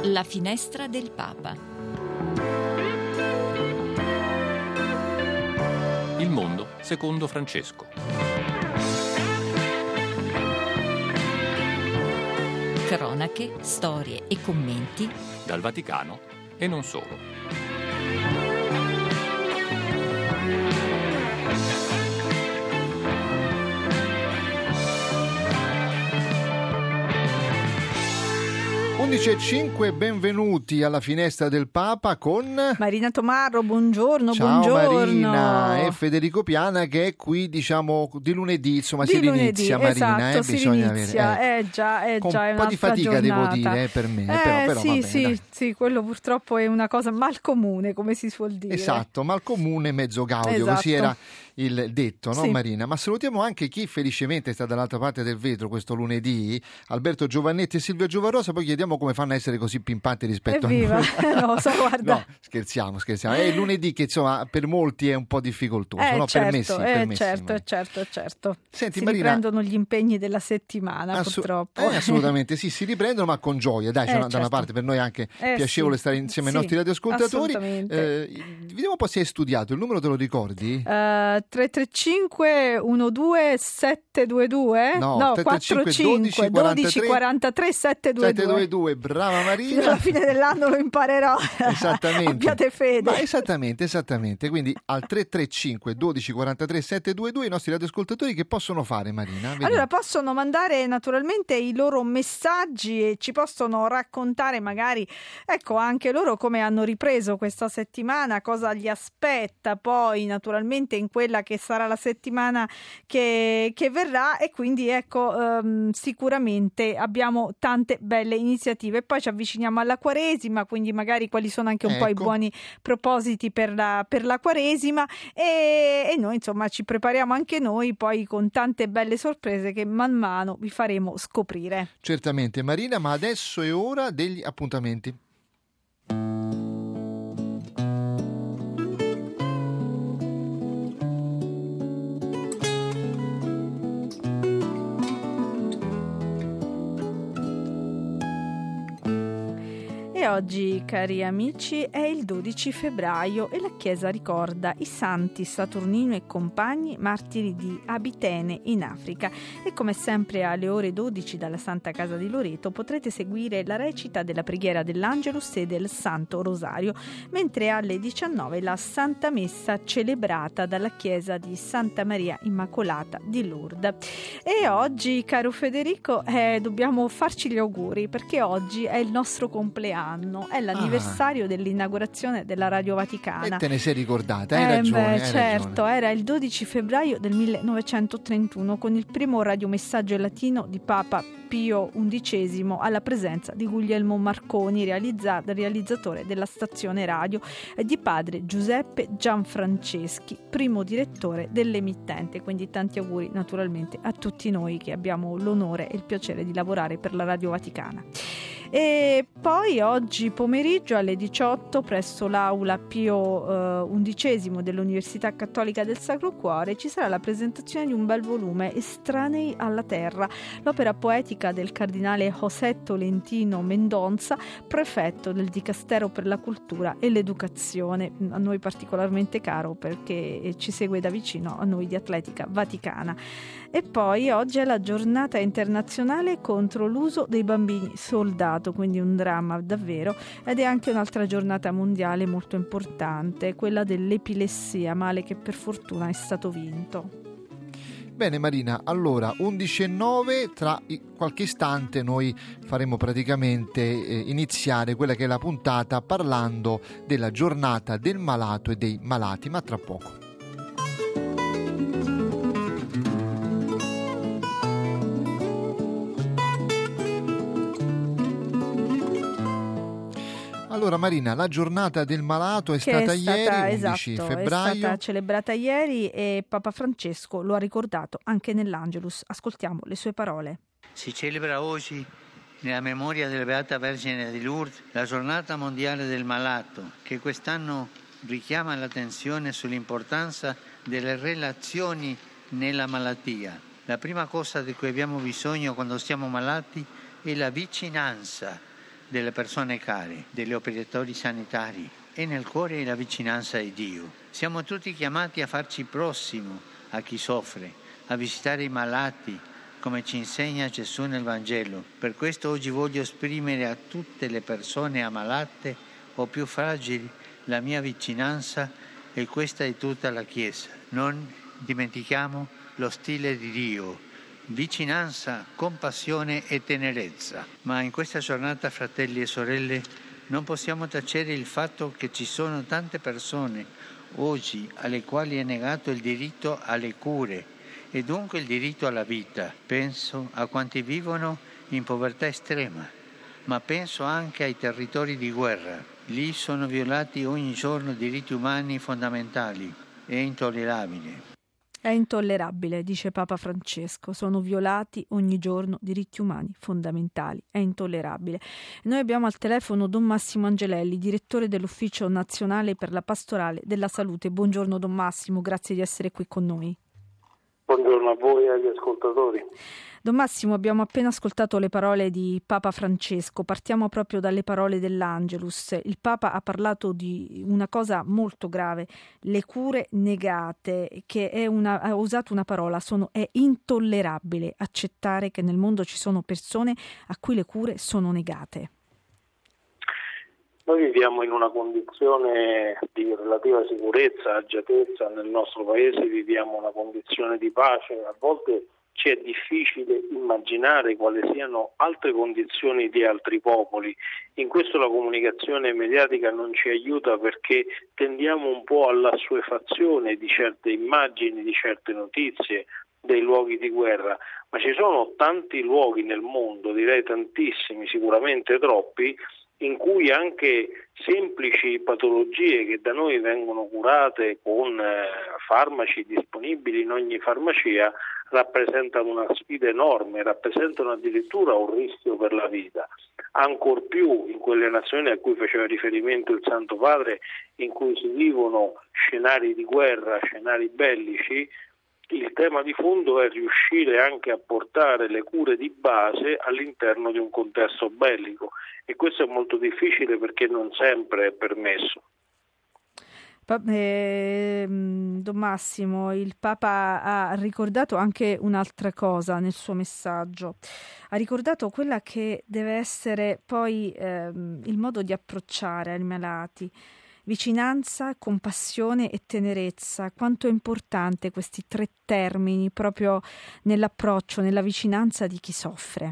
La finestra del Papa. Il mondo secondo Francesco. Cronache, storie e commenti Dal Vaticano e non solo. 11:05, benvenuti alla finestra del Papa con Marina Tomarro, buongiorno. Ciao buongiorno. Marina e Federico Piana, che è qui diciamo di lunedì, insomma di si lunedì, rinizia Marina, esatto, si bisogna rinizia, avere con un po' di fatica giornata. devo dire per me, però sì, vabbè, sì, sì, quello purtroppo è una cosa mal comune, come si suol dire. Esatto, mal comune mezzo gaudio, Esatto. così era il detto, no Sì. Marina? Ma salutiamo anche chi felicemente sta dall'altra parte del vetro questo lunedì, Alberto Giovannetti e Silvia Giovarosa. Poi chiediamo come fanno a essere così pimpanti rispetto Evviva. a noi. No, guarda. No, scherziamo. È il lunedì che insomma per molti è un po' difficoltoso, no? Certo, Per me sì, certo. Senti, Si Marina, riprendono gli impegni della settimana, purtroppo. Assolutamente sì, si riprendono, ma con gioia. Dai, da una certo. parte per noi è anche piacevole stare insieme ai nostri radioascoltatori. Vediamo un po' se hai studiato, il numero te lo ricordi? 335 12 722 No, 45 12 43 722. Brava Marina. Fino alla fine dell'anno lo imparerò. Esattamente. Abbiate fede. Ma esattamente. Quindi al 335 12 43 722 i nostri radioascoltatori che possono fare, Marina? Vediamo. Allora, possono mandare naturalmente i loro messaggi e ci possono raccontare magari, ecco, anche loro come hanno ripreso questa settimana, cosa gli aspetta poi naturalmente in quella che sarà la settimana che verrà, e quindi ecco, sicuramente abbiamo tante belle iniziative. Poi ci avviciniamo alla Quaresima, quindi magari quali sono anche un po' i buoni propositi per la Quaresima, e noi insomma ci prepariamo anche noi poi con tante belle sorprese che man mano vi faremo scoprire. Certamente Marina, ma adesso è ora degli appuntamenti. E oggi, cari amici, è il 12 febbraio e la Chiesa ricorda i santi Saturnino e compagni, martiri di Abitene in Africa. E come sempre alle ore 12 dalla Santa Casa di Loreto potrete seguire la recita della preghiera dell'Angelus e del Santo Rosario, mentre alle 19 la Santa Messa celebrata dalla Chiesa di Santa Maria Immacolata di Lourdes. E oggi, caro Federico, dobbiamo farci gli auguri, perché oggi è il nostro compleanno. È l'anniversario dell'inaugurazione della Radio Vaticana. E te ne sei ricordata, hai ragione. Certo, era il 12 febbraio del 1931 con il primo radiomessaggio latino di Papa Pio XI alla presenza di Guglielmo Marconi, realizzatore della stazione radio, e di padre Giuseppe Gianfranceschi, primo direttore dell'emittente. Quindi tanti auguri naturalmente a tutti noi che abbiamo l'onore e il piacere di lavorare per la Radio Vaticana. E poi oggi pomeriggio alle 18 presso l'aula Pio XI dell'Università Cattolica del Sacro Cuore ci sarà la presentazione di un bel volume, Estranei alla Terra, l'opera poetica del cardinale José Tolentino Mendonça, prefetto del Dicastero per la Cultura e l'Educazione, a noi particolarmente caro perché ci segue da vicino, a noi di Atletica Vaticana. E poi oggi è la giornata internazionale contro l'uso dei bambini soldato, quindi un dramma davvero, ed è anche un'altra giornata mondiale molto importante, quella dell'epilessia, male che per fortuna è stato vinto. Bene Marina, allora 11:09, tra qualche istante noi faremo praticamente iniziare quella che è la puntata parlando della giornata del malato e dei malati, ma tra poco. Allora Marina, la giornata del malato è stata ieri, 11 febbraio. È stata celebrata ieri e Papa Francesco lo ha ricordato anche nell'Angelus. Ascoltiamo le sue parole. Si celebra oggi, nella memoria della Beata Vergine di Lourdes, la giornata mondiale del malato, che quest'anno richiama l'attenzione sull'importanza delle relazioni nella malattia. La prima cosa di cui abbiamo bisogno quando siamo malati è la vicinanza delle persone care, degli operatori sanitari e nel cuore la vicinanza di Dio. Siamo tutti chiamati a farci prossimo a chi soffre, a visitare i malati, come ci insegna Gesù nel Vangelo. Per questo oggi voglio esprimere a tutte le persone ammalate o più fragili la mia vicinanza e questa di tutta la Chiesa. Non dimentichiamo lo stile di Dio: vicinanza, compassione e tenerezza. Ma in questa giornata, fratelli e sorelle, non possiamo tacere il fatto che ci sono tante persone oggi alle quali è negato il diritto alle cure e dunque il diritto alla vita. Penso a quanti vivono in povertà estrema, ma penso anche ai territori di guerra. Lì sono violati ogni giorno diritti umani fondamentali. È intollerabile. È intollerabile, dice Papa Francesco, sono violati ogni giorno diritti umani fondamentali, è intollerabile. Noi abbiamo al telefono Don Massimo Angelelli, direttore dell'Ufficio Nazionale per la Pastorale della Salute. Buongiorno Don Massimo, grazie di essere qui con noi. Buongiorno a voi e agli ascoltatori. Don Massimo, abbiamo appena ascoltato le parole di Papa Francesco, partiamo proprio dalle parole dell'Angelus. Il Papa ha parlato di una cosa molto grave, le cure negate, che ha usato una parola, è intollerabile accettare che nel mondo ci sono persone a cui le cure sono negate. Noi viviamo in una condizione di relativa sicurezza, agiatezza, nel nostro paese viviamo una condizione di pace, a volte ci è difficile immaginare quali siano altre condizioni di altri popoli. In questo la comunicazione mediatica non ci aiuta perché tendiamo un po' all'assuefazione di certe immagini, di certe notizie dei luoghi di guerra, ma ci sono tanti luoghi nel mondo, direi tantissimi, sicuramente troppi, in cui anche semplici patologie che da noi vengono curate con farmaci disponibili in ogni farmacia rappresentano una sfida enorme, rappresentano addirittura un rischio per la vita, ancor più in quelle nazioni a cui faceva riferimento il Santo Padre, in cui si vivono scenari di guerra, scenari bellici. Il tema di fondo è riuscire anche a portare le cure di base all'interno di un contesto bellico e questo è molto difficile perché non sempre è permesso. Don Massimo, il Papa ha ricordato anche un'altra cosa nel suo messaggio. Ha ricordato quella che deve essere poi il modo di approcciare ai malati. Vicinanza, compassione e tenerezza. Quanto è importante questi tre termini proprio nell'approccio, nella vicinanza di chi soffre.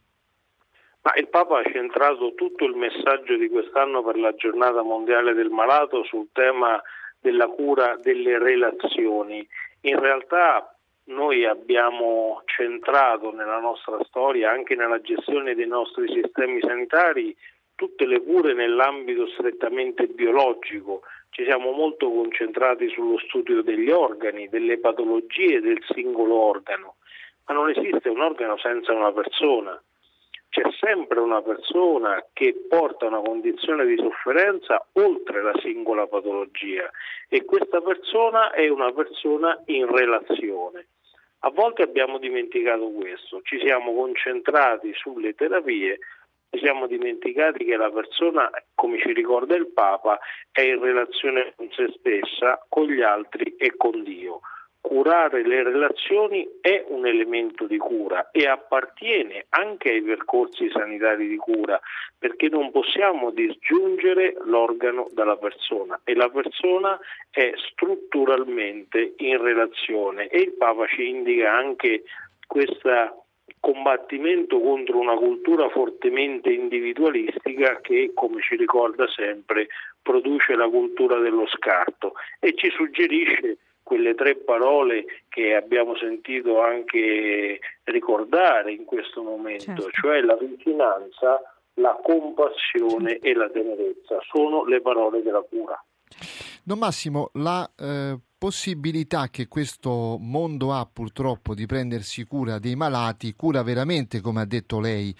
Ma il Papa ha centrato tutto il messaggio di quest'anno per la giornata mondiale del malato sul tema della cura delle relazioni. In realtà noi abbiamo centrato nella nostra storia, anche nella gestione dei nostri sistemi sanitari, tutte le cure nell'ambito strettamente biologico. Ci siamo molto concentrati sullo studio degli organi, delle patologie del singolo organo, ma non esiste un organo senza una persona. C'è sempre una persona che porta una condizione di sofferenza oltre la singola patologia e questa persona è una persona in relazione. A volte abbiamo dimenticato questo, ci siamo concentrati sulle terapie, ci siamo dimenticati che la persona, come ci ricorda il Papa, è in relazione con se stessa, con gli altri e con Dio. Curare le relazioni è un elemento di cura e appartiene anche ai percorsi sanitari di cura, perché non possiamo disgiungere l'organo dalla persona e la persona è strutturalmente in relazione e il Papa ci indica anche questo combattimento contro una cultura fortemente individualistica che, come ci ricorda sempre, produce la cultura dello scarto e ci suggerisce quelle tre parole che abbiamo sentito anche ricordare in questo momento, certo. Cioè la vicinanza, la compassione e la tenerezza, sono le parole della cura. Don Massimo, la possibilità che questo mondo ha purtroppo di prendersi cura dei malati, cura veramente, come ha detto lei,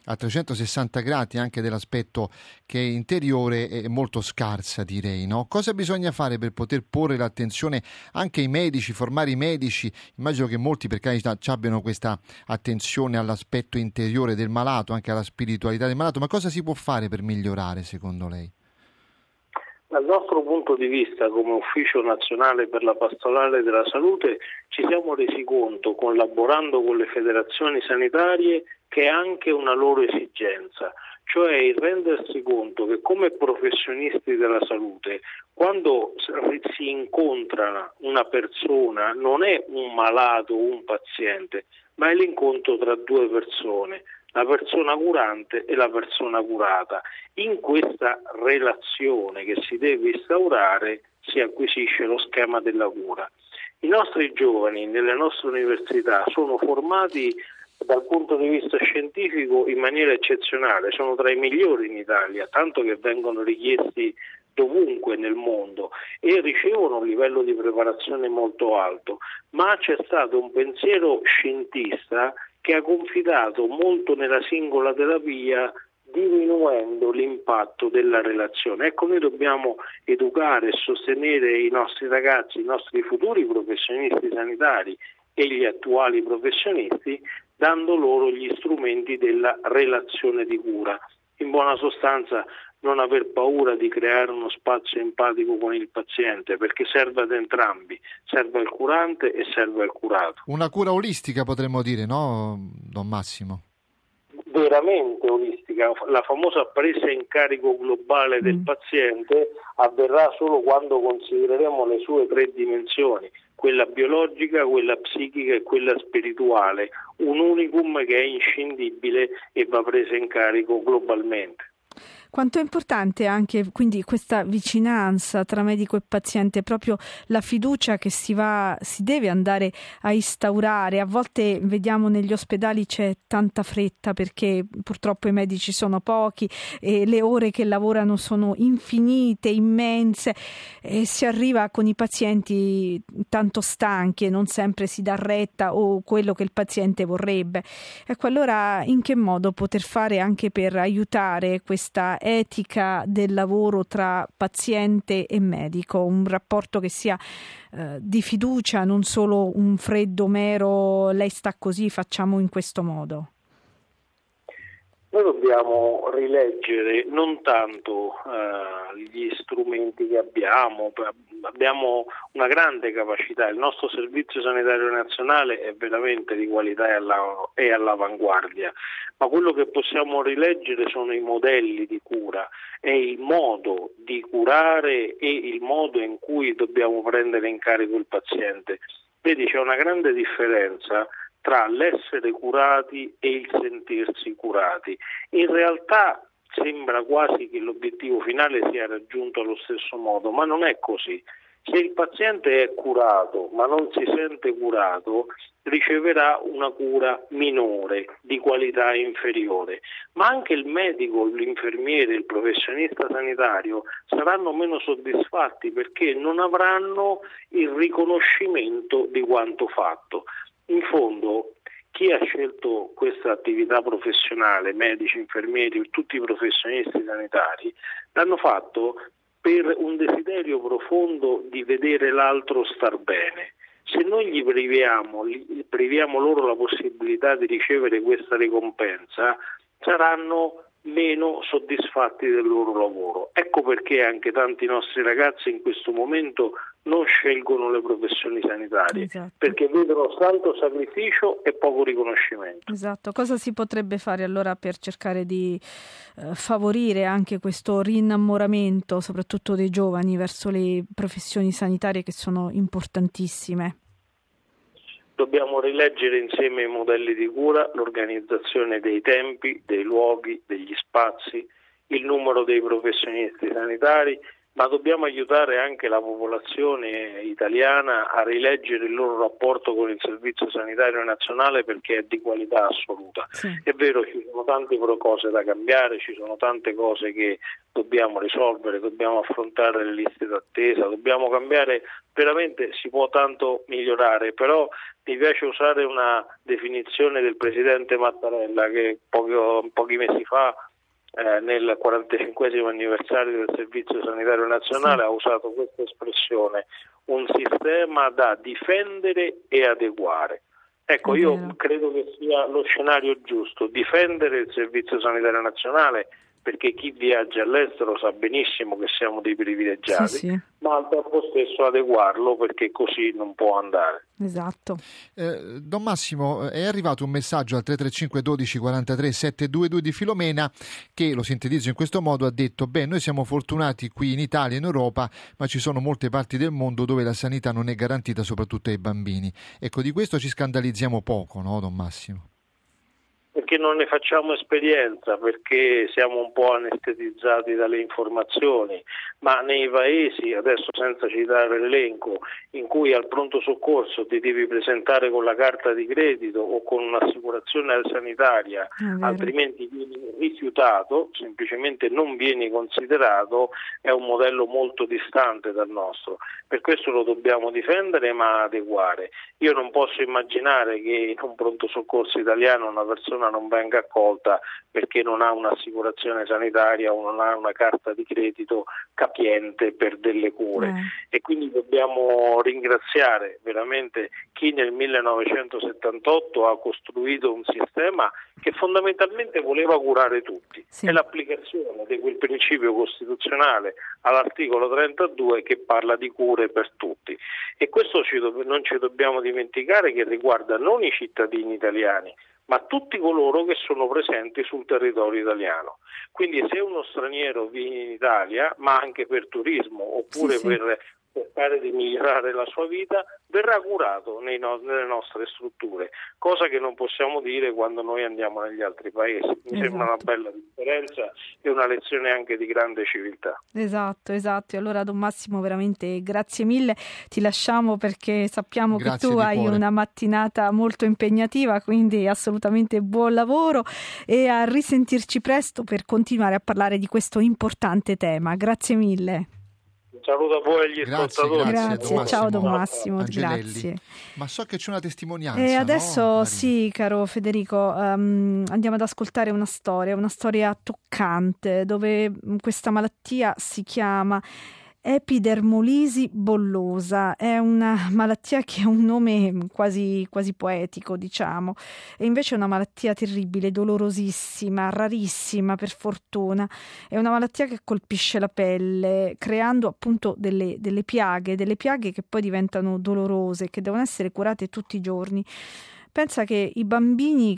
a 360 gradi anche dell'aspetto che è interiore è molto scarsa, direi, no? Cosa bisogna fare per poter porre l'attenzione anche ai medici, formare i medici? Immagino che molti, per carità, abbiano questa attenzione all'aspetto interiore del malato, anche alla spiritualità del malato, ma cosa si può fare per migliorare, secondo lei? Dal nostro punto di vista, come Ufficio Nazionale per la Pastorale della Salute, ci siamo resi conto, collaborando con le federazioni sanitarie, che è anche una loro esigenza, cioè il rendersi conto che come professionisti della salute, quando si incontra una persona, non è un malato o un paziente, ma è l'incontro tra due persone, la persona curante e la persona curata. In questa relazione che si deve instaurare si acquisisce lo schema della cura. I nostri giovani nelle nostre università sono formati dal punto di vista scientifico in maniera eccezionale, sono tra i migliori in Italia, tanto che vengono richiesti dovunque nel mondo e ricevono un livello di preparazione molto alto, ma c'è stato un pensiero scientista che ha confidato molto nella singola terapia, diminuendo l'impatto della relazione. Ecco, noi dobbiamo educare e sostenere i nostri ragazzi, i nostri futuri professionisti sanitari e gli attuali professionisti, dando loro gli strumenti della relazione di cura. In buona sostanza, non aver paura di creare uno spazio empatico con il paziente, perché serve ad entrambi, serve al curante e serve al curato. Una cura olistica, potremmo dire, no, Don Massimo? Veramente olistica. La famosa presa in carico globale del paziente avverrà solo quando considereremo le sue tre dimensioni, quella biologica, quella psichica e quella spirituale, un unicum che è inscindibile e va presa in carico globalmente. Quanto è importante anche quindi questa vicinanza tra medico e paziente, proprio la fiducia che si deve andare a instaurare. A volte vediamo negli ospedali c'è tanta fretta perché purtroppo i medici sono pochi e le ore che lavorano sono infinite, immense, e si arriva con i pazienti tanto stanchi e non sempre si dà retta o quello che il paziente vorrebbe. Ecco, allora in che modo poter fare anche per aiutare questa etica del lavoro tra paziente e medico, un rapporto che sia di fiducia, non solo un freddo mero, lei sta così, facciamo in questo modo? Noi dobbiamo rileggere non tanto gli strumenti che abbiamo una grande capacità, il nostro Servizio Sanitario Nazionale è veramente di qualità e all'avanguardia, ma quello che possiamo rileggere sono i modelli di cura, è il modo di curare e il modo in cui dobbiamo prendere in carico il paziente. Vedi, c'è una grande differenza tra l'essere curati e il sentirsi curati. In realtà sembra quasi che l'obiettivo finale sia raggiunto allo stesso modo, ma non è così. Se il paziente è curato ma non si sente curato, riceverà una cura minore, di qualità inferiore, ma anche il medico, l'infermiere, il professionista sanitario saranno meno soddisfatti perché non avranno il riconoscimento di quanto fatto. In fondo, chi ha scelto questa attività professionale, medici, infermieri, tutti i professionisti sanitari, l'hanno fatto per un desiderio profondo di vedere l'altro star bene. Se noi gli priviamo loro la possibilità di ricevere questa ricompensa, saranno meno soddisfatti del loro lavoro. Ecco perché anche tanti nostri ragazzi in questo momento non scelgono le professioni sanitarie, esatto, perché vedono tanto sacrificio e poco riconoscimento. Esatto. Cosa si potrebbe fare allora per cercare di favorire anche questo rinnamoramento, soprattutto dei giovani, verso le professioni sanitarie che sono importantissime? Dobbiamo rileggere insieme i modelli di cura, l'organizzazione dei tempi, dei luoghi, degli spazi, il numero dei professionisti sanitari, ma dobbiamo aiutare anche la popolazione italiana a rileggere il loro rapporto con il Servizio Sanitario Nazionale, perché è di qualità assoluta. Sì. È vero, ci sono tante cose da cambiare, ci sono tante cose che dobbiamo risolvere, dobbiamo affrontare le liste d'attesa, dobbiamo cambiare, veramente si può tanto migliorare, però mi piace usare una definizione del Presidente Mattarella che pochi mesi fa nel 45esimo anniversario del Servizio Sanitario Nazionale ha usato questa espressione: un sistema da difendere e adeguare. Ecco, io credo che sia lo scenario giusto, difendere il Servizio Sanitario Nazionale, perché chi viaggia all'estero sa benissimo che siamo dei privilegiati, ma al tempo stesso adeguarlo, perché così non può andare. Esatto. Don Massimo, è arrivato un messaggio al 335 12 43 722 di Filomena che, lo sintetizzo in questo modo, ha detto: noi siamo fortunati qui in Italia, in Europa, ma ci sono molte parti del mondo dove la sanità non è garantita, soprattutto ai bambini. Ecco, di questo ci scandalizziamo poco, no, Don Massimo? Perché non ne facciamo esperienza, perché siamo un po' anestetizzati dalle informazioni, ma nei paesi, adesso senza citare l'elenco, in cui al pronto soccorso ti devi presentare con la carta di credito o con un'assicurazione sanitaria, altrimenti vieni rifiutato, semplicemente non vieni considerato, è un modello molto distante dal nostro. Per questo lo dobbiamo difendere ma adeguare. Io non posso immaginare che in un pronto soccorso italiano una persona non venga accolta perché non ha un'assicurazione sanitaria o non ha una carta di credito capiente per delle cure. E quindi dobbiamo ringraziare veramente chi nel 1978 ha costruito un sistema che fondamentalmente voleva curare tutti. È l'applicazione di quel principio costituzionale all'articolo 32 che parla di cure per tutti, e questo non ci dobbiamo dimenticare che riguarda non i cittadini italiani, ma tutti coloro che sono presenti sul territorio italiano. Quindi se uno straniero viene in Italia, ma anche per turismo oppure per cercare di migliorare la sua vita, verrà curato nelle nostre strutture, cosa che non possiamo dire quando noi andiamo negli altri paesi. Mi sembra una bella differenza e una lezione anche di grande civiltà. Esatto. E allora, Don Massimo, veramente grazie mille, ti lasciamo perché sappiamo che tu hai una mattinata molto impegnativa, quindi assolutamente buon lavoro e a risentirci presto per continuare a parlare di questo importante tema. Grazie mille. Saluto a voi e agli ascoltatori. Grazie. Ciao Don Massimo, grazie. Ma so che c'è una testimonianza. E adesso no, sì, caro Federico, andiamo ad ascoltare una storia toccante, dove questa malattia si chiama epidermolisi bullosa. È una malattia che ha un nome quasi poetico, diciamo, e invece è una malattia terribile, dolorosissima, rarissima per fortuna. È una malattia che colpisce la pelle, creando appunto delle piaghe che poi diventano dolorose, che devono essere curate tutti i giorni. Pensa che i bambini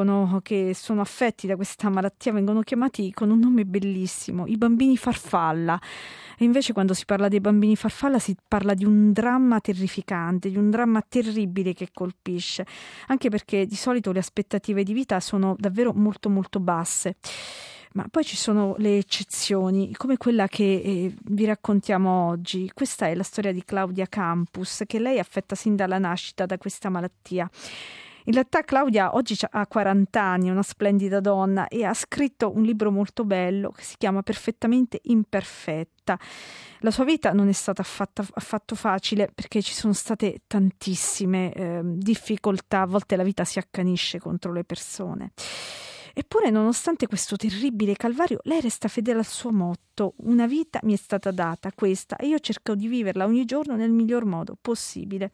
che sono affetti da questa malattia vengono chiamati con un nome bellissimo, i bambini farfalla. E invece quando si parla dei bambini farfalla si parla di un dramma terrificante, di un dramma terribile che colpisce, anche perché di solito le aspettative di vita sono davvero molto molto basse. Ma poi ci sono le eccezioni, come quella che vi raccontiamo oggi. Questa è la storia di Claudia Campus, che lei è affetta sin dalla nascita da questa malattia. In realtà Claudia oggi ha 40 anni, è una splendida donna, e ha scritto un libro molto bello che si chiama Perfettamente imperfetta. La sua vita non è stata affatto facile, perché ci sono state tantissime difficoltà, a volte la vita si accanisce contro le persone. Eppure, nonostante questo terribile calvario, lei resta fedele al suo motto: una vita mi è stata data, questa, e io cerco di viverla ogni giorno nel miglior modo possibile.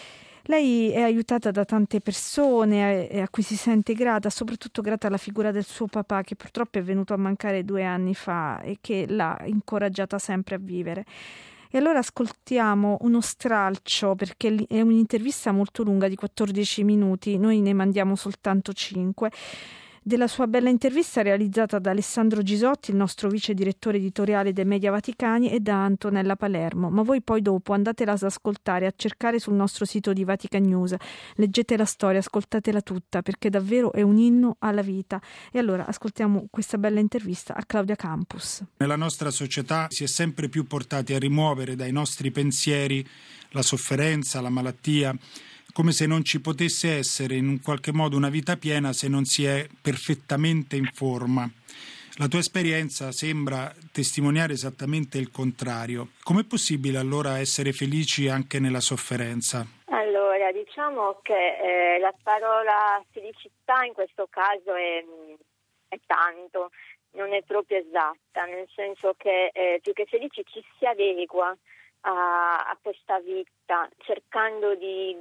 Lei è aiutata da tante persone a cui si sente grata, soprattutto grata alla figura del suo papà, che purtroppo è venuto a mancare 2 anni fa e che l'ha incoraggiata sempre a vivere. E allora ascoltiamo uno stralcio, perché è un'intervista molto lunga di 14 minuti, noi ne mandiamo soltanto 5. della sua bella intervista realizzata da Alessandro Gisotti, il nostro vice direttore editoriale dei Media Vaticani, e da Antonella Palermo. Ma voi poi dopo andatela ad ascoltare, a cercare sul nostro sito di Vatican News, leggete la storia, ascoltatela tutta, perché davvero è un inno alla vita. E allora ascoltiamo questa bella intervista a Claudia Campus. Nella nostra società si è sempre più portati a rimuovere dai nostri pensieri la sofferenza, la malattia, come se non ci potesse essere in un qualche modo una vita piena se non si è perfettamente in forma. La tua esperienza sembra testimoniare esattamente il contrario. Com'è possibile allora essere felici anche nella sofferenza? Allora, diciamo che la parola felicità in questo caso è tanto, non è proprio esatta, nel senso che più che felici ci si adegua a questa vita, cercando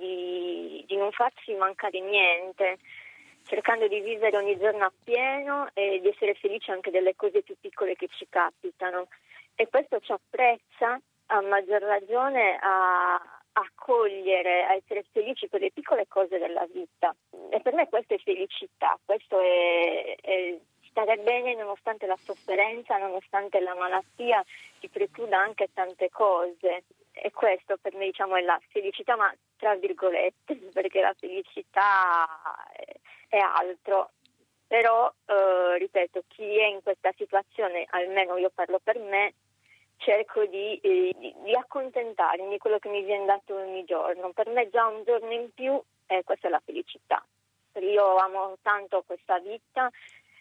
di non farci mancare niente, cercando di vivere ogni giorno appieno e di essere felici anche delle cose più piccole che ci capitano, e questo ci apprezza a maggior ragione a cogliere, a essere felici per le piccole cose della vita. E per me questa è felicità, questo è stare bene nonostante la sofferenza, nonostante la malattia ti precluda anche tante cose. E questo per me, diciamo, è la felicità, ma tra virgolette, perché la felicità è altro. Però, ripeto, chi è in questa situazione, almeno io parlo per me, cerco di accontentarmi di quello che mi viene dato ogni giorno. Per me già un giorno in più, questa è la felicità. Io amo tanto questa vita,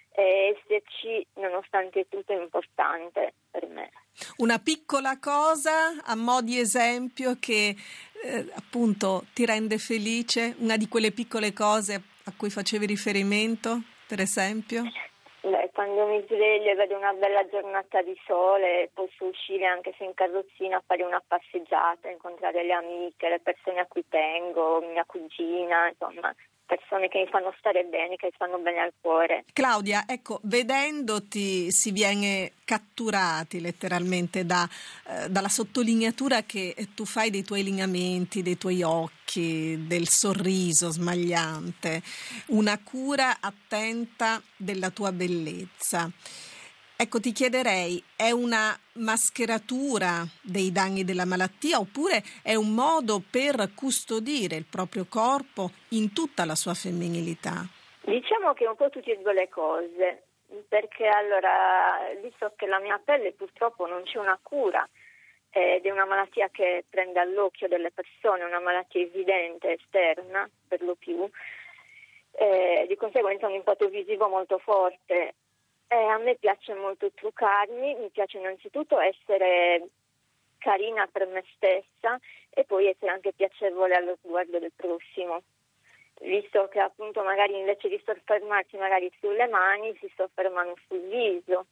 esserci nonostante tutto è importante per me. Una piccola cosa a mo' di esempio che appunto ti rende felice, una di quelle piccole cose a cui facevi riferimento, per esempio? Quando mi sveglio e vedo una bella giornata di sole, posso uscire anche se in carrozzina a fare una passeggiata, incontrare le amiche, le persone a cui tengo, mia cugina, insomma, persone che mi fanno stare bene, che mi fanno bene al cuore. Claudia, ecco, vedendoti si viene catturati letteralmente dalla sottolineatura che tu fai dei tuoi lineamenti, dei tuoi occhi, del sorriso smagliante, una cura attenta della tua bellezza. Ecco, ti chiederei, è una mascheratura dei danni della malattia oppure è un modo per custodire il proprio corpo in tutta la sua femminilità? Diciamo che un po' tutte e due le cose, perché allora, visto che la mia pelle purtroppo non c'è una cura ed è una malattia che prende all'occhio delle persone, una malattia evidente, esterna per lo più, di conseguenza un impatto visivo molto forte. A me piace molto truccarmi, mi piace innanzitutto essere carina per me stessa e poi essere anche piacevole allo sguardo del prossimo, visto che appunto magari invece di soffermarsi magari sulle mani si soffermano sul viso.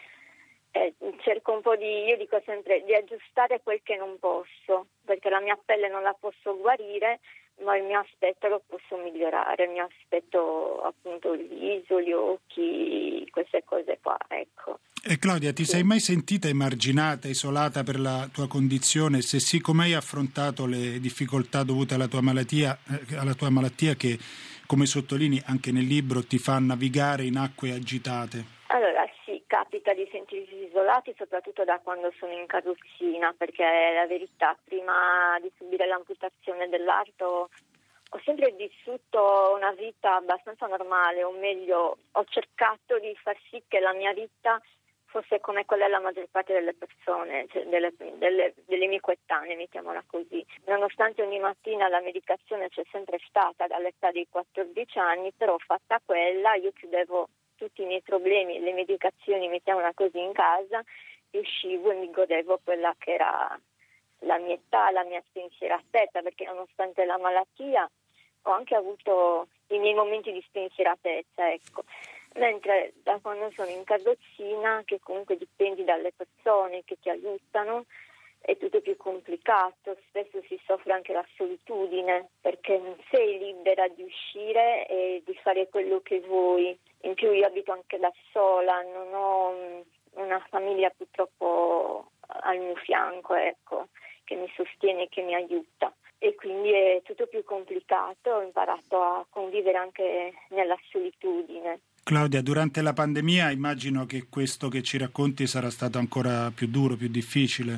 Cerco un po' io dico sempre di aggiustare quel che non posso, perché la mia pelle non la posso guarire, ma il mio aspetto lo posso migliorare, il mio aspetto appunto il viso, gli occhi, queste cose qua, ecco. E Claudia, ti sei mai sentita emarginata, isolata per la tua condizione? Se sì, come hai affrontato le difficoltà dovute alla tua malattia che, come sottolinei anche nel libro, ti fa navigare in acque agitate? Allora sì, capita di sentirsi isolati, soprattutto da quando sono in carrozzina, perché la verità, prima di subire l'amputazione dell'arto ho sempre vissuto una vita abbastanza normale, o meglio, ho cercato di far sì che la mia vita fosse come quella della maggior parte delle persone, cioè delle mie coetanee, mettiamola così. Nonostante ogni mattina la medicazione c'è sempre stata dall'età dei 14 anni, però fatta quella io chiudevo tutti i miei problemi, le medicazioni, mettiamola così, in casa, e uscivo e mi godevo quella che era la mia età, la mia spensieratezza, perché nonostante la malattia ho anche avuto i miei momenti di spensieratezza, ecco. Mentre da quando sono in carrozzina, che comunque dipendi dalle persone che ti aiutano, è tutto più complicato, spesso si soffre anche la solitudine, perché non sei libera di uscire e di fare quello che vuoi. In più io abito anche da sola, non ho una famiglia purtroppo al mio fianco, ecco, che mi sostiene e che mi aiuta. E quindi è tutto più complicato, ho imparato a convivere anche nella solitudine. Claudia, durante la pandemia immagino che questo che ci racconti sarà stato ancora più duro, più difficile.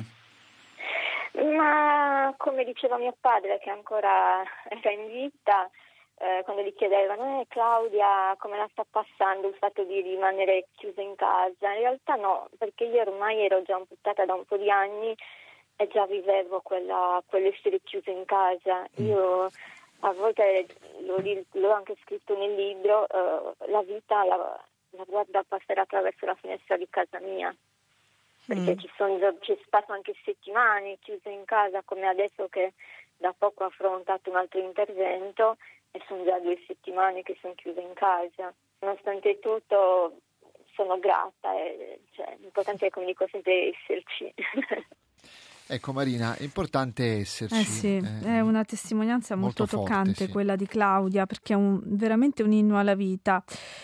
Ma come diceva mio padre, che ancora era in vita, quando gli chiedevano Claudia come la sta passando il fatto di rimanere chiusa in casa, in realtà no, perché io ormai ero già amputtata da un po' di anni e già vivevo quell'essere chiusa in casa. Io a volte l'ho anche scritto nel libro, la vita la guarda passare attraverso la finestra di casa mia, perché ci passo anche settimane chiuse in casa, come adesso che da poco ho affrontato un altro intervento e sono già 2 settimane che sono chiusa in casa. Nonostante tutto sono grata, l'importante è, come dico sempre, esserci. Ecco Marina, è importante esserci. Sì, è una testimonianza molto toccante, forte, sì. Quella di Claudia, perché è veramente un inno alla vita.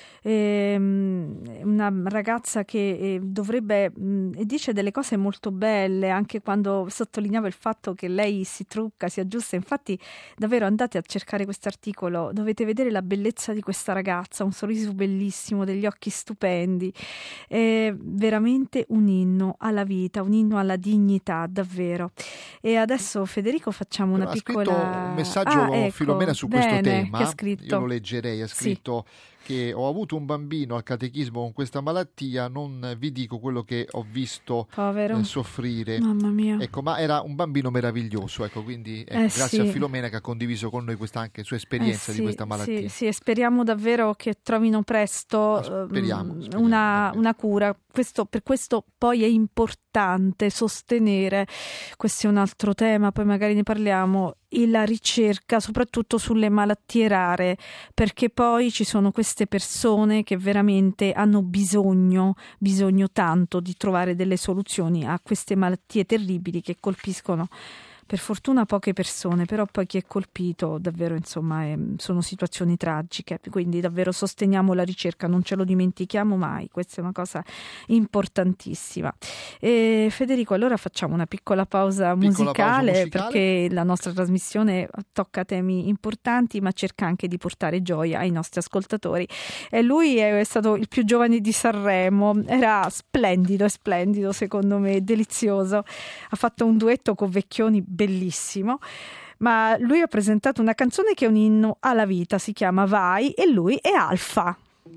Una ragazza che dovrebbe e dice delle cose molto belle, anche quando sottolineava il fatto che lei si trucca, si aggiusta. Infatti davvero andate a cercare questo articolo, dovete vedere la bellezza di questa ragazza, un sorriso bellissimo, degli occhi stupendi, è veramente un inno alla vita, un inno alla dignità, davvero. E adesso Federico facciamo una piccola... Ha scritto un messaggio ecco, Filomena su questo tema, che ha scritto. Io lo leggerei, ha scritto... Sì. Che ho avuto un bambino al catechismo con questa malattia, non vi dico quello che ho visto soffrire. Mamma mia. Ecco, ma era un bambino meraviglioso, ecco, quindi grazie a Filomena che ha condiviso con noi questa anche sua esperienza di questa malattia. Sì, e speriamo davvero che trovino presto speriamo. Una cura. Per questo poi è importante sostenere, questo è un altro tema, poi magari ne parliamo, la ricerca soprattutto sulle malattie rare, perché poi ci sono queste persone che veramente hanno bisogno tanto di trovare delle soluzioni a queste malattie terribili che colpiscono per fortuna poche persone, però poi chi è colpito davvero, insomma, sono situazioni tragiche, quindi davvero sosteniamo la ricerca, non ce lo dimentichiamo mai, questa è una cosa importantissima. Federico, allora facciamo una piccola pausa musicale, perché la nostra trasmissione tocca temi importanti ma cerca anche di portare gioia ai nostri ascoltatori, e lui è stato il più giovane di Sanremo, era splendido secondo me, delizioso, ha fatto un duetto con Vecchioni bellissimo, ma lui ha presentato una canzone che è un inno alla vita, si chiama Vai, e lui è Alfa.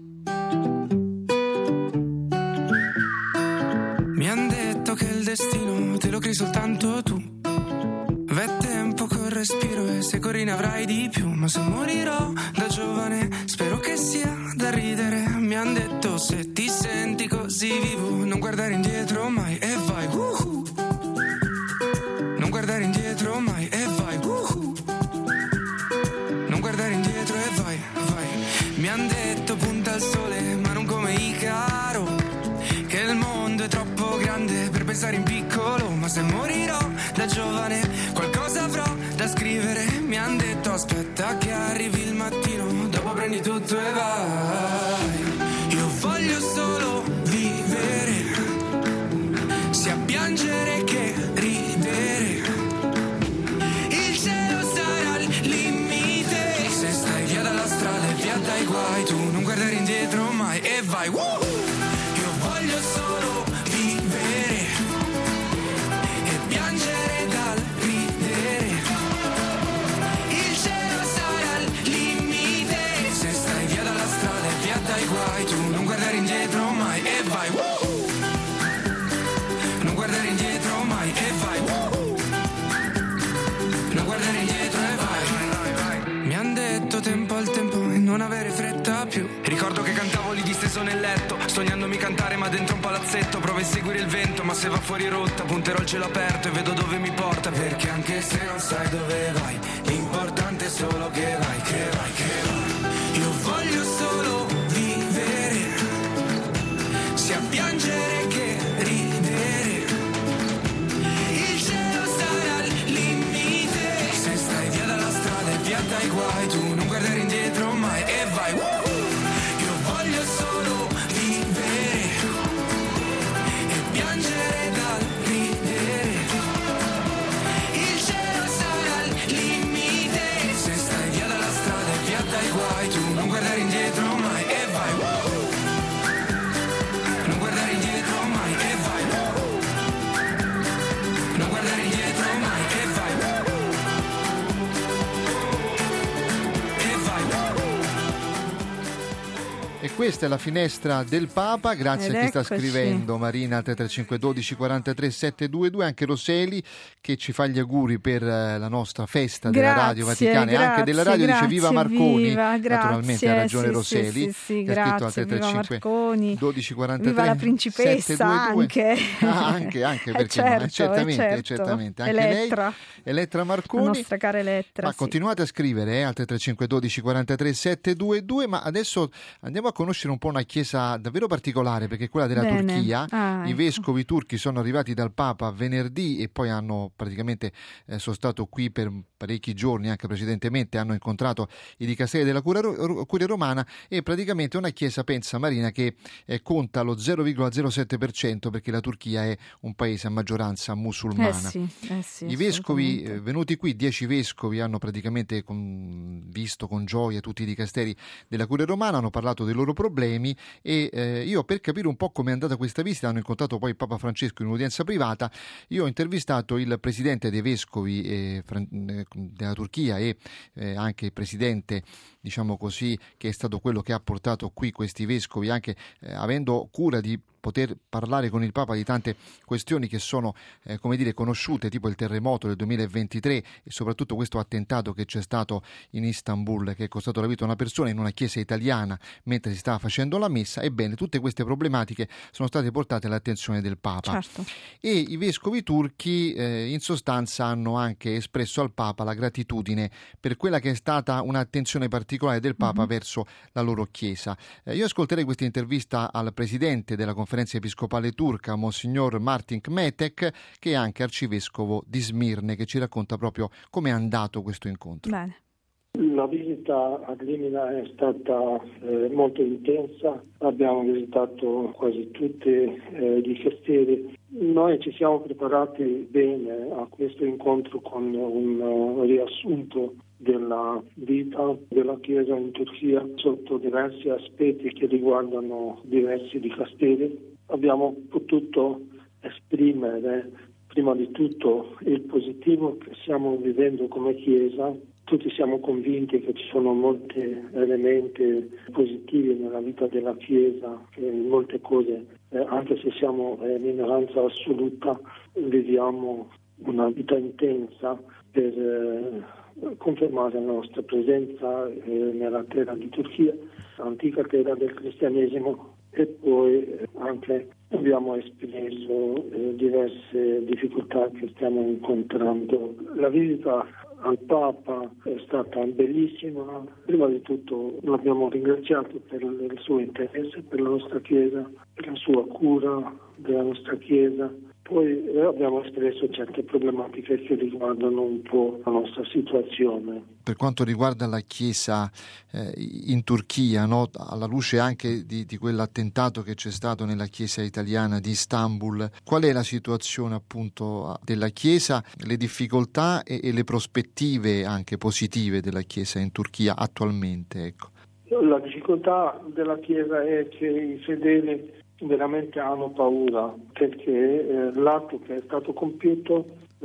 Mi han detto che il destino te lo crei soltanto tu, v'è tempo col respiro e se corri ne avrai di più, ma se morirò da giovane spero che sia da ridere. Mi han detto se ti senti così vivo non guardare indietro mai e vai, non guardare indietro mai e vai, non guardare indietro e vai, vai. Mi han detto punta al sole ma non come Icaro, che il mondo è troppo grande per pensare in piccolo, ma se morirò da giovane qualcosa avrò da scrivere. Mi han detto aspetta che arrivi il mattino, dopo prendi tutto e vai. Io voglio solo vivere, sia piangere che ridere, il cielo sarà il limite, se stai via dalla strada e via dai guai, tu non guardare indietro mai e vai. Io voglio solo vivere e piangere dal ridere, il cielo sarà il limite, se stai via dalla strada e via dai guai, tu non guardare indietro mai e vai. Non guardare indietro mai e vai. Non guardare indietro e vai. Mi han detto tempo al tempo e non avere fretta più. Ricordo che cantavo lì disteso nel letto, sognandomi cantare ma dentro un palazzetto. Provo a seguire il vento ma se va fuori rotta punterò il cielo aperto e vedo dove mi porta, perché anche se non sai dove vai l'importante è solo che vai, che vai, che vai. Io voglio solo vivere, sia piangere che ridere, il cielo sarà il limite, se stai via dalla strada e via dai guai, tu non guardare indietro mai e vai. Io voglio solo vivere e piangere dal ridere, il cielo sarà il limite, se stai via dalla strada e via dai guai, tu non guardare indietro mai. E questa è la finestra del Papa, grazie a chi sta scrivendo, Marina 335 12 43 722, anche Roseli che ci fa gli auguri per la nostra festa della Radio Vaticana e anche della radio, dice viva Marconi, naturalmente ha ragione Roseli, sì, che ha scritto al 335 12 43 viva la principessa 722. Anche perché certamente anche Elettra Marconi, la nostra cara Elettra. Ma continuate a scrivere al 335 12 43 722, ma adesso andiamo a conoscere un po' una chiesa davvero particolare, perché è quella della Turchia. I vescovi turchi sono arrivati dal Papa venerdì e poi hanno praticamente sono stato qui per parecchi giorni, anche precedentemente hanno incontrato i dicasteri della Curia Romana, e praticamente una chiesa, pensa Marina, che conta lo 0,07%, perché la Turchia è un paese a maggioranza musulmana. I vescovi venuti qui, 10 vescovi, hanno praticamente visto con gioia tutti i dicasteri della Curia Romana, hanno parlato dei loro problemi e io, per capire un po' come è andata questa visita, hanno incontrato poi Papa Francesco in un'udienza privata. Io ho intervistato il presidente dei vescovi della Turchia e anche il presidente, diciamo così, che è stato quello che ha portato qui questi vescovi, anche avendo cura di poter parlare con il Papa di tante questioni che sono conosciute, tipo il terremoto del 2023 e soprattutto questo attentato che c'è stato in Istanbul, che è costato la vita a una persona in una chiesa italiana mentre si stava facendo la messa. Ebbene, tutte queste problematiche sono state portate all'attenzione del Papa. E i vescovi turchi in sostanza hanno anche espresso al Papa la gratitudine per quella che è stata un'attenzione particolare del Papa verso la loro chiesa. Io ascolterei questa intervista al presidente della conferenza episcopale turca, Monsignor Martin Kmetek, che è anche arcivescovo di Smirne, che ci racconta proprio come è andato questo incontro. Bene. La visita ad Limina è stata molto intensa, abbiamo visitato quasi tutti i dicasteri. Noi ci siamo preparati bene a questo incontro con un riassunto della vita della Chiesa in Turchia sotto diversi aspetti che riguardano diversi dicasteri. Abbiamo potuto esprimere prima di tutto il positivo che stiamo vivendo come Chiesa. Tutti siamo convinti che ci sono molti elementi positivi nella vita della Chiesa, che in molte cose, anche se siamo minoranza assoluta, viviamo una vita intensa per confermare la nostra presenza nella terra di Turchia, antica terra del cristianesimo, e poi anche abbiamo espresso diverse difficoltà che stiamo incontrando. La visita al Papa è stata bellissima. Prima di tutto l'abbiamo ringraziato per il suo interesse per la nostra Chiesa, per la sua cura della nostra Chiesa. Poi abbiamo espresso certe problematiche che riguardano un po' la nostra situazione. Per quanto riguarda la Chiesa in Turchia, no? Alla luce anche di quell'attentato che c'è stato nella Chiesa italiana di Istanbul, qual è la situazione appunto della Chiesa, le difficoltà e le prospettive anche positive della Chiesa in Turchia attualmente? Ecco. La difficoltà della Chiesa è che i fedeli veramente hanno paura, perché l'atto che è stato compiuto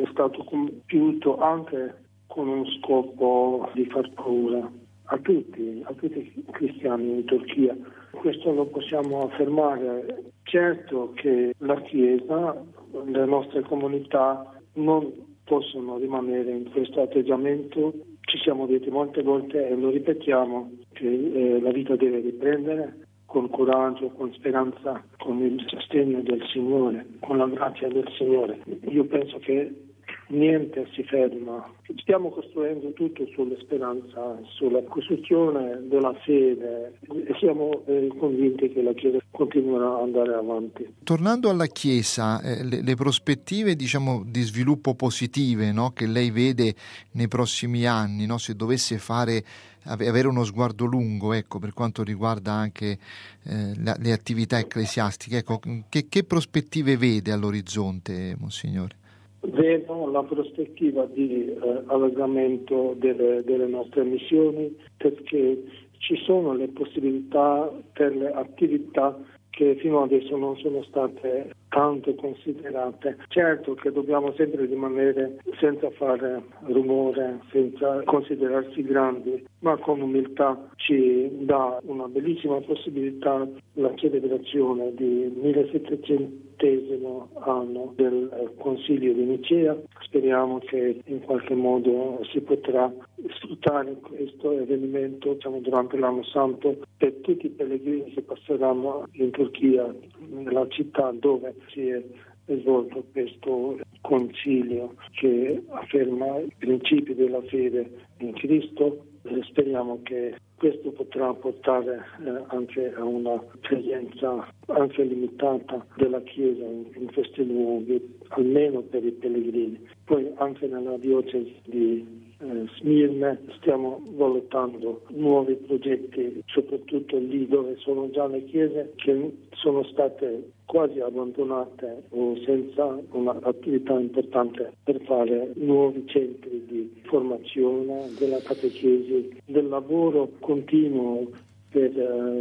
anche con uno scopo di far paura a tutti i cristiani in Turchia. Questo lo possiamo affermare. Certo che la Chiesa, le nostre comunità non possono rimanere in questo atteggiamento. Ci siamo detti molte volte e lo ripetiamo che la vita deve riprendere con coraggio, con speranza, con il sostegno del Signore, con la grazia del Signore. Io penso che niente si ferma. Stiamo costruendo tutto sulla speranza, sulla costruzione della fede e siamo convinti che la Chiesa continuerà ad andare avanti. Tornando alla Chiesa, le prospettive diciamo di sviluppo positive, no, che lei vede nei prossimi anni, no, se dovesse avere uno sguardo lungo, ecco, per quanto riguarda anche le attività ecclesiastiche, ecco, che prospettive vede all'orizzonte, Monsignore? Vedo la prospettiva di allargamento delle nostre missioni, perché ci sono le possibilità per le attività che fino adesso non sono state tanto considerate. Certo che dobbiamo sempre rimanere senza fare rumore, senza considerarsi grandi, ma con umiltà ci dà una bellissima possibilità la celebrazione di 1700° anno del Concilio di Nicea. Speriamo che in qualche modo si potrà sfruttare questo avvenimento durante l'anno santo per tutti i pellegrini che passeranno in Turchia, nella città dove si è svolto questo concilio che afferma i principi della fede in Cristo. Speriamo che questo potrà portare anche a una presenza anche limitata della Chiesa in questi luoghi, almeno per i pellegrini. Poi anche nella diocesi di Smirne stiamo valutando nuovi progetti, soprattutto lì dove sono già le chiese che sono state quasi abbandonate o senza un'attività importante per fare nuovi centri di formazione della catechesi, del lavoro continuo per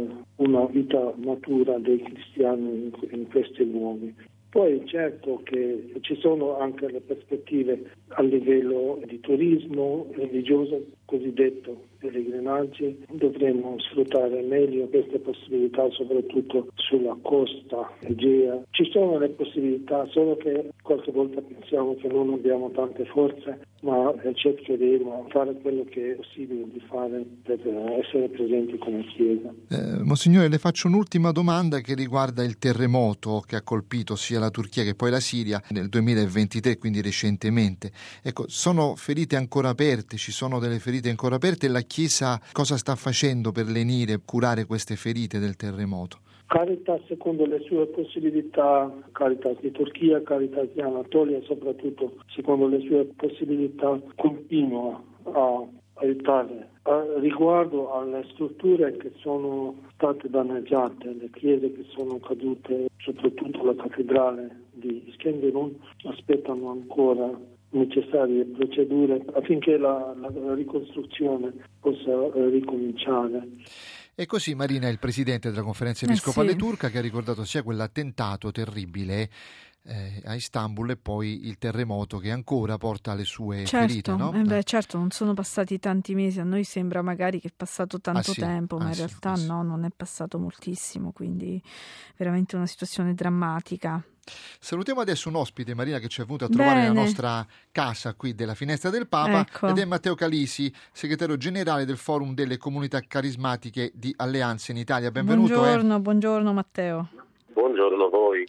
una vita matura dei cristiani in questi luoghi. Poi certo che ci sono anche le prospettive a livello di turismo religioso, cosiddetto pellegrinaggi. Dovremmo sfruttare meglio queste possibilità, soprattutto sulla costa Egea. Ci sono le possibilità, solo che qualche volta pensiamo che non abbiamo tante forze, ma cercheremo di fare quello che è possibile di fare per essere presenti come Chiesa. Monsignore, le faccio un'ultima domanda che riguarda il terremoto che ha colpito sia la Turchia che poi la Siria nel 2023, quindi recentemente. Ecco, sono ferite ancora aperte, ci sono delle ferite ancora aperte e la Chiesa cosa sta facendo per lenire, curare queste ferite del terremoto? Caritas, secondo le sue possibilità, Caritas di Turchia, Caritas di Anatolia, soprattutto secondo le sue possibilità, continua a aiutare. Riguardo alle strutture che sono state danneggiate, le chiese che sono cadute, soprattutto la cattedrale di Iskenderun, aspettano ancora necessarie procedure affinché la ricostruzione possa ricominciare. E così Marina è il presidente della conferenza episcopale turca che ha ricordato sia quell'attentato terribile a Istanbul e poi il terremoto che ancora porta alle sue ferite, no? Certo, non sono passati tanti mesi, a noi sembra magari che è passato tanto tempo, ma in realtà no, non è passato moltissimo, quindi veramente una situazione drammatica. Salutiamo adesso un ospite, Marina, che ci è venuto a trovare nella nostra casa qui della Finestra del Papa, ed è Matteo Calisi, segretario generale del Forum delle Comunità Carismatiche di Alleanza in Italia. Benvenuto. Buongiorno Matteo. Buongiorno a voi,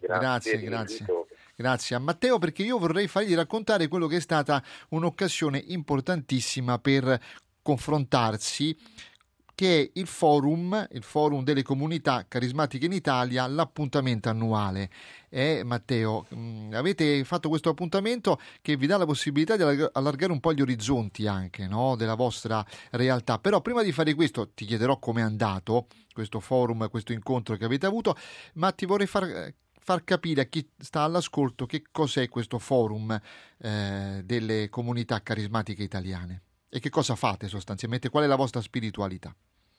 Grazie a Matteo, perché io vorrei fargli raccontare quello che è stata un'occasione importantissima per confrontarsi, che è il forum delle comunità carismatiche in Italia, l'appuntamento annuale. Matteo, avete fatto questo appuntamento che vi dà la possibilità di allargare un po' gli orizzonti anche, no, della vostra realtà. Però prima di fare questo ti chiederò com'è andato questo forum, questo incontro che avete avuto, ma ti vorrei far capire a chi sta all'ascolto che cos'è questo forum delle comunità carismatiche italiane e che cosa fate sostanzialmente, qual è la vostra spiritualità.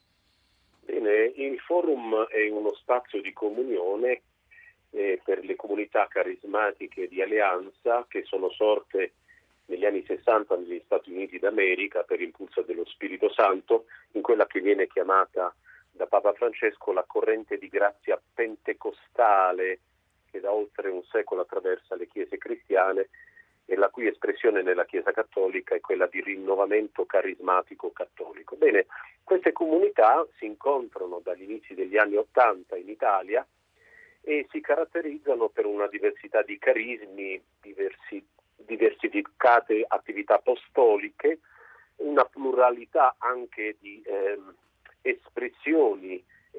Bene, il forum è uno spazio di comunione per le comunità carismatiche di Alleanza che sono sorte negli anni 60 negli Stati Uniti d'America per impulso dello Spirito Santo, in quella che viene chiamata da Papa Francesco la corrente di grazia pentecostale che da oltre un secolo attraversa le chiese cristiane e la cui espressione nella Chiesa cattolica è quella di rinnovamento carismatico cattolico. Bene, queste comunità si incontrano dagli inizi degli anni '80 in Italia e si caratterizzano per una diversità di carismi, diversificate attività apostoliche, una pluralità anche di espressioni,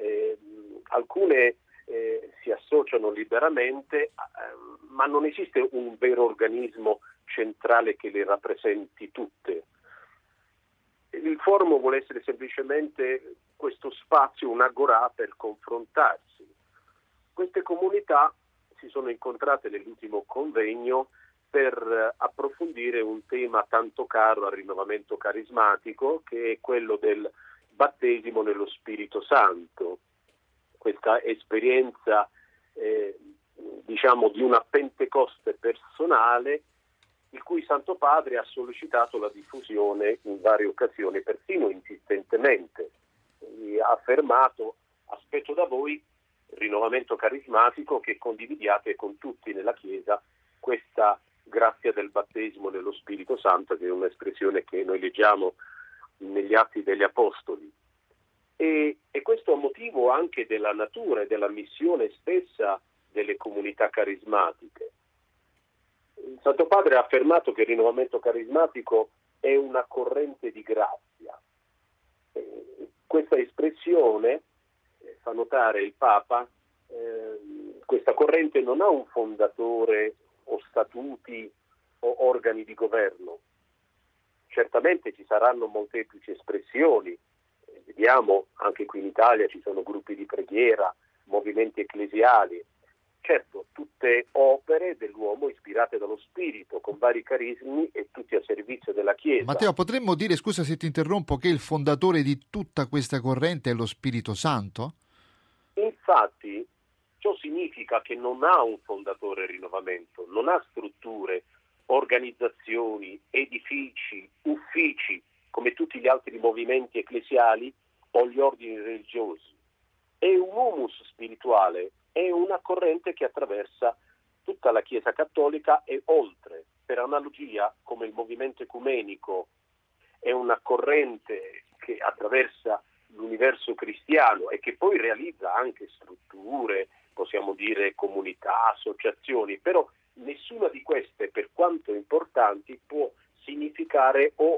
alcune si associano liberamente, ma non esiste un vero organismo centrale che le rappresenti tutte. Il forum vuole essere semplicemente questo spazio, un'agorà per confrontarsi. Queste comunità si sono incontrate nell'ultimo convegno per approfondire un tema tanto caro al rinnovamento carismatico, che è quello del battesimo nello Spirito Santo. Questa esperienza di una Pentecoste personale, il cui Santo Padre ha sollecitato la diffusione in varie occasioni, persino insistentemente. E ha affermato: aspetto da voi il rinnovamento carismatico, che condividiate con tutti nella Chiesa questa grazia del battesimo nello Spirito Santo, che è un'espressione che noi leggiamo negli Atti degli Apostoli. E questo a motivo anche della natura e della missione stessa delle comunità carismatiche. Il Santo Padre ha affermato che il rinnovamento carismatico è una corrente di grazia. Questa espressione, fa notare il Papa, questa corrente non ha un fondatore o statuti o organi di governo. Certamente ci saranno molteplici espressioni, vediamo anche qui in Italia ci sono gruppi di preghiera, movimenti ecclesiali, certo tutte opere dell'uomo ispirate dallo Spirito, con vari carismi e tutti a servizio della Chiesa. Matteo, potremmo dire, scusa se ti interrompo, che il fondatore di tutta questa corrente è lo Spirito Santo? Infatti, ciò significa che non ha un fondatore il rinnovamento, non ha strutture, organizzazioni, edifici, uffici, come tutti gli altri movimenti ecclesiali o gli ordini religiosi. È un humus spirituale, è una corrente che attraversa tutta la Chiesa cattolica e oltre. Per analogia, come il movimento ecumenico è una corrente che attraversa l'universo cristiano e che poi realizza anche strutture, possiamo dire comunità, associazioni, però nessuna di queste, per quanto importanti, può significare o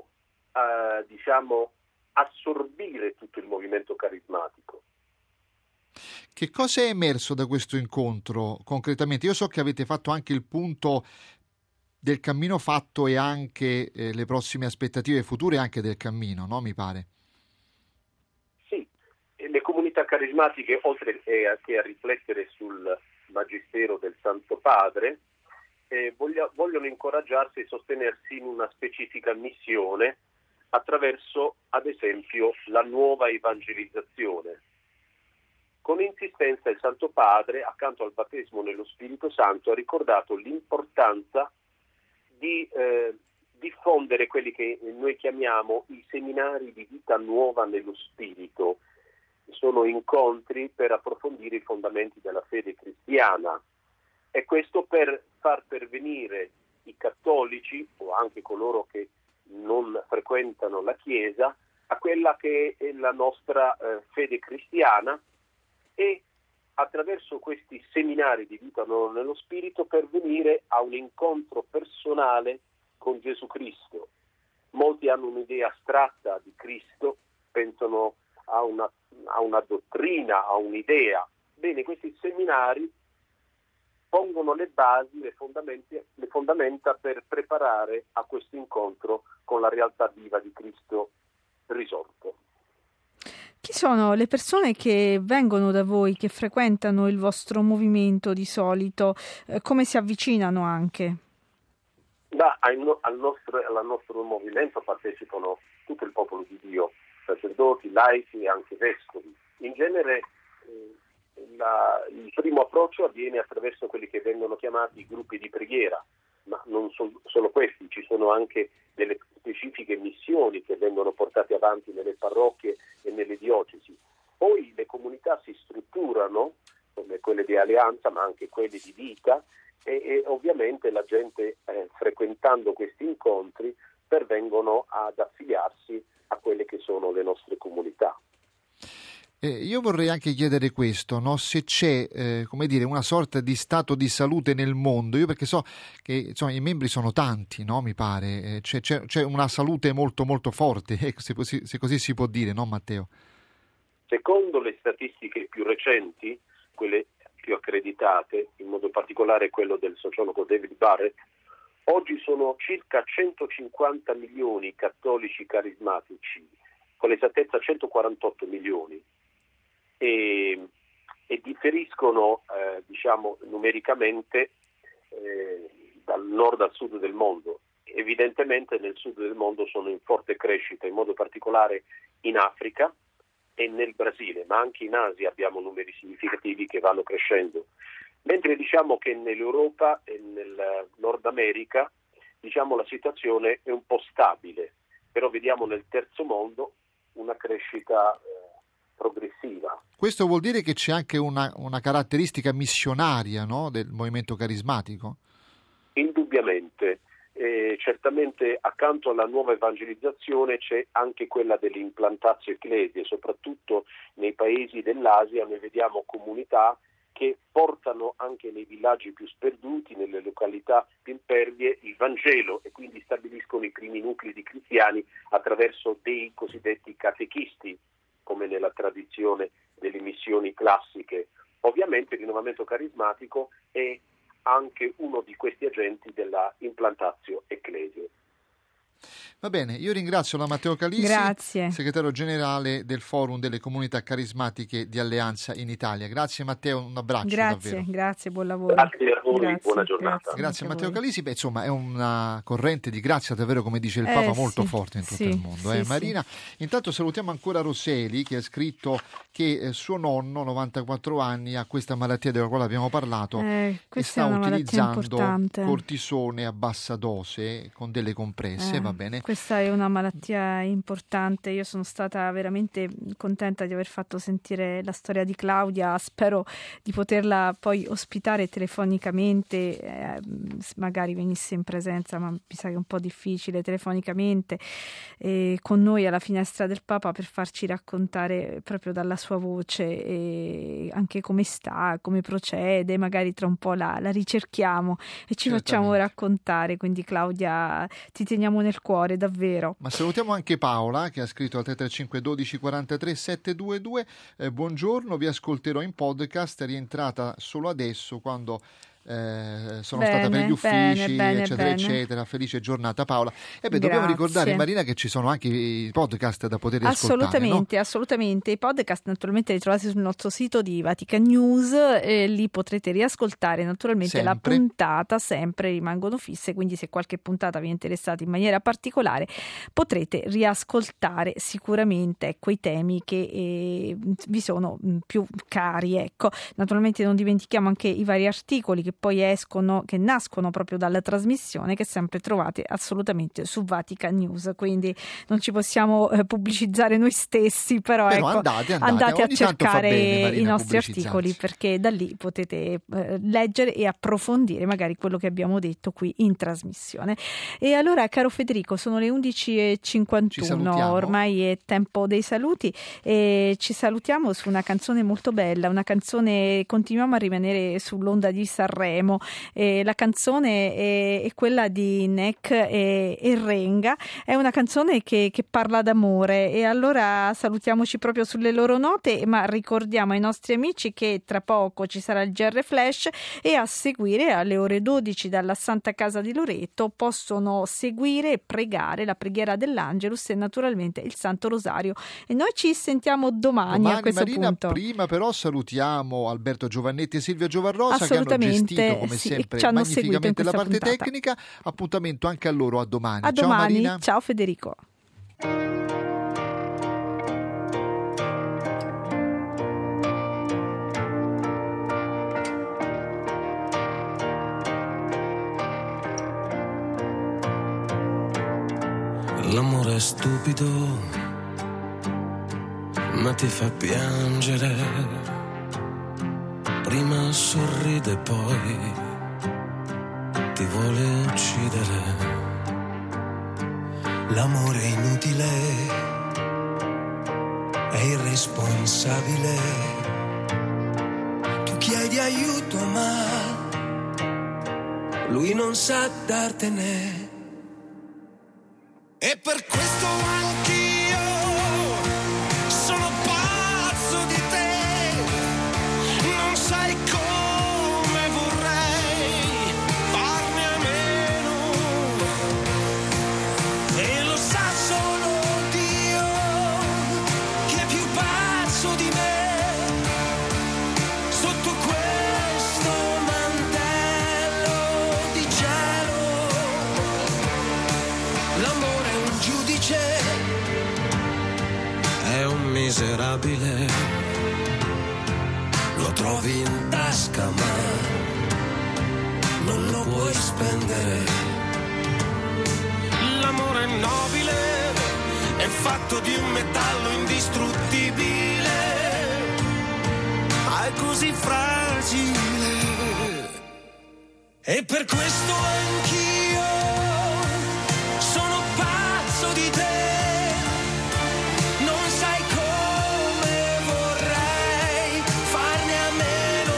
assorbire tutto il movimento carismatico. Che cosa è emerso da questo incontro concretamente? Io so che avete fatto anche il punto del cammino fatto e anche le prossime aspettative future anche del cammino, no? Mi pare. Sì, le comunità carismatiche, oltre che a riflettere sul magistero del Santo Padre, vogliono incoraggiarsi e sostenersi in una specifica missione attraverso, ad esempio, la nuova evangelizzazione. Con insistenza il Santo Padre, accanto al battesimo nello Spirito Santo, ha ricordato l'importanza di diffondere quelli che noi chiamiamo i seminari di vita nuova nello Spirito. Sono incontri per approfondire i fondamenti della fede cristiana, e questo per far pervenire i cattolici o anche coloro che non frequentano la Chiesa a quella che è la nostra fede cristiana, e attraverso questi seminari di vita nuova nello Spirito pervenire a un incontro personale con Gesù Cristo. Molti hanno un'idea astratta di Cristo, pensano a una dottrina, a un'idea. Bene, questi seminari pongono le basi, le fondamenta per preparare a questo incontro con la realtà viva di Cristo risorto. Chi sono le persone che vengono da voi, che frequentano il vostro movimento di solito? Come si avvicinano anche? Al nostro movimento partecipano tutto il popolo di Dio, sacerdoti, laici e anche vescovi. In genere il primo approccio avviene attraverso quelli che vengono chiamati gruppi di preghiera, ma non solo questi, ci sono anche delle specifiche missioni che vengono portate avanti nelle parrocchie e nelle diocesi. Poi le comunità si strutturano, come quelle di alleanza, ma anche quelle di vita, e ovviamente la gente, frequentando questi incontri, pervengono ad affiliarsi a quelle che sono le nostre comunità. Io vorrei anche chiedere questo, no? Se c'è una sorta di stato di salute nel mondo. Io perché so che i membri sono tanti, no? Mi pare c'è una salute molto molto forte, se così si può dire, no Matteo? Secondo le statistiche più recenti, quelle più accreditate, in modo particolare quello del sociologo David Barrett, oggi sono circa 150 milioni cattolici carismatici, con l'esattezza 148 milioni. E differiscono numericamente dal nord al sud del mondo. Evidentemente nel sud del mondo sono in forte crescita, in modo particolare in Africa e nel Brasile, ma anche in Asia abbiamo numeri significativi che vanno crescendo. Mentre diciamo che nell'Europa e nel Nord America la situazione è un po' stabile, però vediamo nel terzo mondo una crescita progressiva. Questo vuol dire che c'è anche una caratteristica missionaria, no, del movimento carismatico? Indubbiamente. Certamente accanto alla nuova evangelizzazione c'è anche quella dell'implantatio ecclesie, soprattutto nei paesi dell'Asia noi vediamo comunità che portano anche nei villaggi più sperduti, nelle località più impervie, il Vangelo e quindi stabiliscono i primi nuclei di cristiani attraverso dei cosiddetti catechisti, come nella tradizione delle missioni classiche. Ovviamente il rinnovamento carismatico è anche uno di questi agenti della implantatio ecclesiae. Va bene, io ringrazio la Matteo Calisi, Grazie. segretario generale del Forum delle Comunità Carismatiche di Alleanza in Italia. Grazie Matteo, un abbraccio. davvero. Grazie, buon lavoro. Grazie a voi, buona giornata. Grazie a Matteo Calisi. Insomma, è una corrente di grazia davvero, come dice il Papa, molto forte in tutto il mondo. Marina, intanto salutiamo ancora Roseli, che ha scritto che suo nonno, 94 anni, ha questa malattia della quale abbiamo parlato e sta utilizzando cortisone a bassa dose con delle compresse. Va bene. Questa è una malattia importante. Io sono stata veramente contenta di aver fatto sentire la storia di Claudia. Spero di poterla poi ospitare telefonicamente, magari venisse in presenza, ma mi sa che è un po' difficile, telefonicamente con noi alla Finestra del Papa, per farci raccontare proprio dalla sua voce anche come sta, come procede. Magari tra un po' la ricerchiamo e ci facciamo raccontare. Quindi Claudia, ti teniamo nel cuore davvero. Ma salutiamo anche Paola, che ha scritto al 335 12 43 722. Buongiorno, vi ascolterò in podcast, è rientrata solo adesso quando sono stata per gli uffici, eccetera eccetera. Felice giornata Paola. Dobbiamo ricordare, Marina, che ci sono anche i podcast da poter ascoltare, no? Assolutamente, i podcast naturalmente li trovate sul nostro sito di Vatican News, lì potrete riascoltare naturalmente la puntata, sempre rimangono fisse, quindi se qualche puntata vi è interessata in maniera particolare potrete riascoltare sicuramente quei temi che vi sono più cari, ecco. Naturalmente non dimentichiamo anche i vari articoli che poi escono, che nascono proprio dalla trasmissione, che sempre trovate assolutamente su Vatican News, quindi non ci possiamo pubblicizzare noi stessi, però ecco, andate a cercare i nostri articoli, perché da lì potete leggere e approfondire magari quello che abbiamo detto qui in trasmissione. E allora, caro Federico, sono le 11:51, ormai è tempo dei saluti e ci salutiamo su una canzone molto bella, una canzone, continuiamo a rimanere sull'onda di Sanremo. La canzone è quella di Nek e Renga, è una canzone che parla d'amore, e allora salutiamoci proprio sulle loro note, ma ricordiamo ai nostri amici che tra poco ci sarà il GR Flash, e a seguire alle ore 12 dalla Santa Casa di Loreto possono seguire e pregare la preghiera dell'Angelus e naturalmente il Santo Rosario, e noi ci sentiamo domani a questo Marina, punto. Prima però salutiamo Alberto Giovannetti e Silvia Giovarrosa, che hanno gestito come sempre magnificamente la parte tecnica. Appuntamento anche a loro a domani. A ciao domani. Marina. Ciao Federico. L'amore è stupido, ma ti fa piangere. Prima sorride, poi ti vuole uccidere. L'amore è inutile, è irresponsabile. Tu chiedi aiuto, ma lui non sa dartene. E per questo anch'io sono pazzo di te. Non sai come vorrei farne a meno. E lo sa solo Dio che è più pazzo di me. Sotto questo mantello di cielo l'amore è un miserabile, lo trovi in tasca ma lo puoi spendere. L'amore è nobile, è fatto di un metallo indistruttibile, ma è così fragile. E per questo anch'io sono pazzo di te. Non sai come vorrei farne a meno.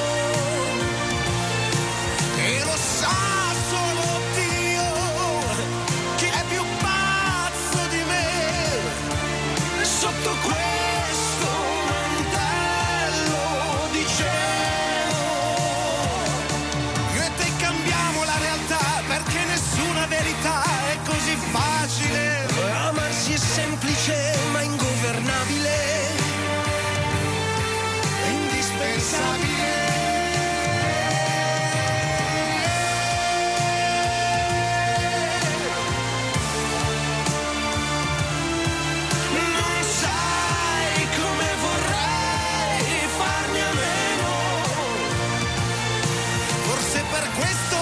E lo sa solo Dio chi è più pazzo di me. Sotto questo mantello di cielo io e te cambiamo la realtà, perché nessuna verità è così facile. Amarsi è semplice ma ingovernabile, è indispensabile. Non sai come vorrei farne a meno. Forse per questo